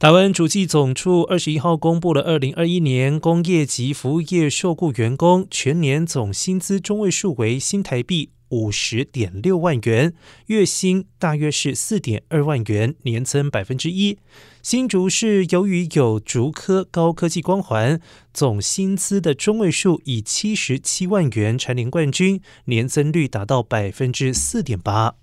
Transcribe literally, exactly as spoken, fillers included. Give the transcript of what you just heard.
台湾主计总处二十一号公布了二零二一年工业及服务业受雇员工全年总薪资中位数为新台币五十点六万元，月薪大约是四点二万元，年增百分之一。新竹市由于有竹科高科技光环，总薪资的中位数以七十七万元蝉联冠军，年增率达到百分之四点八。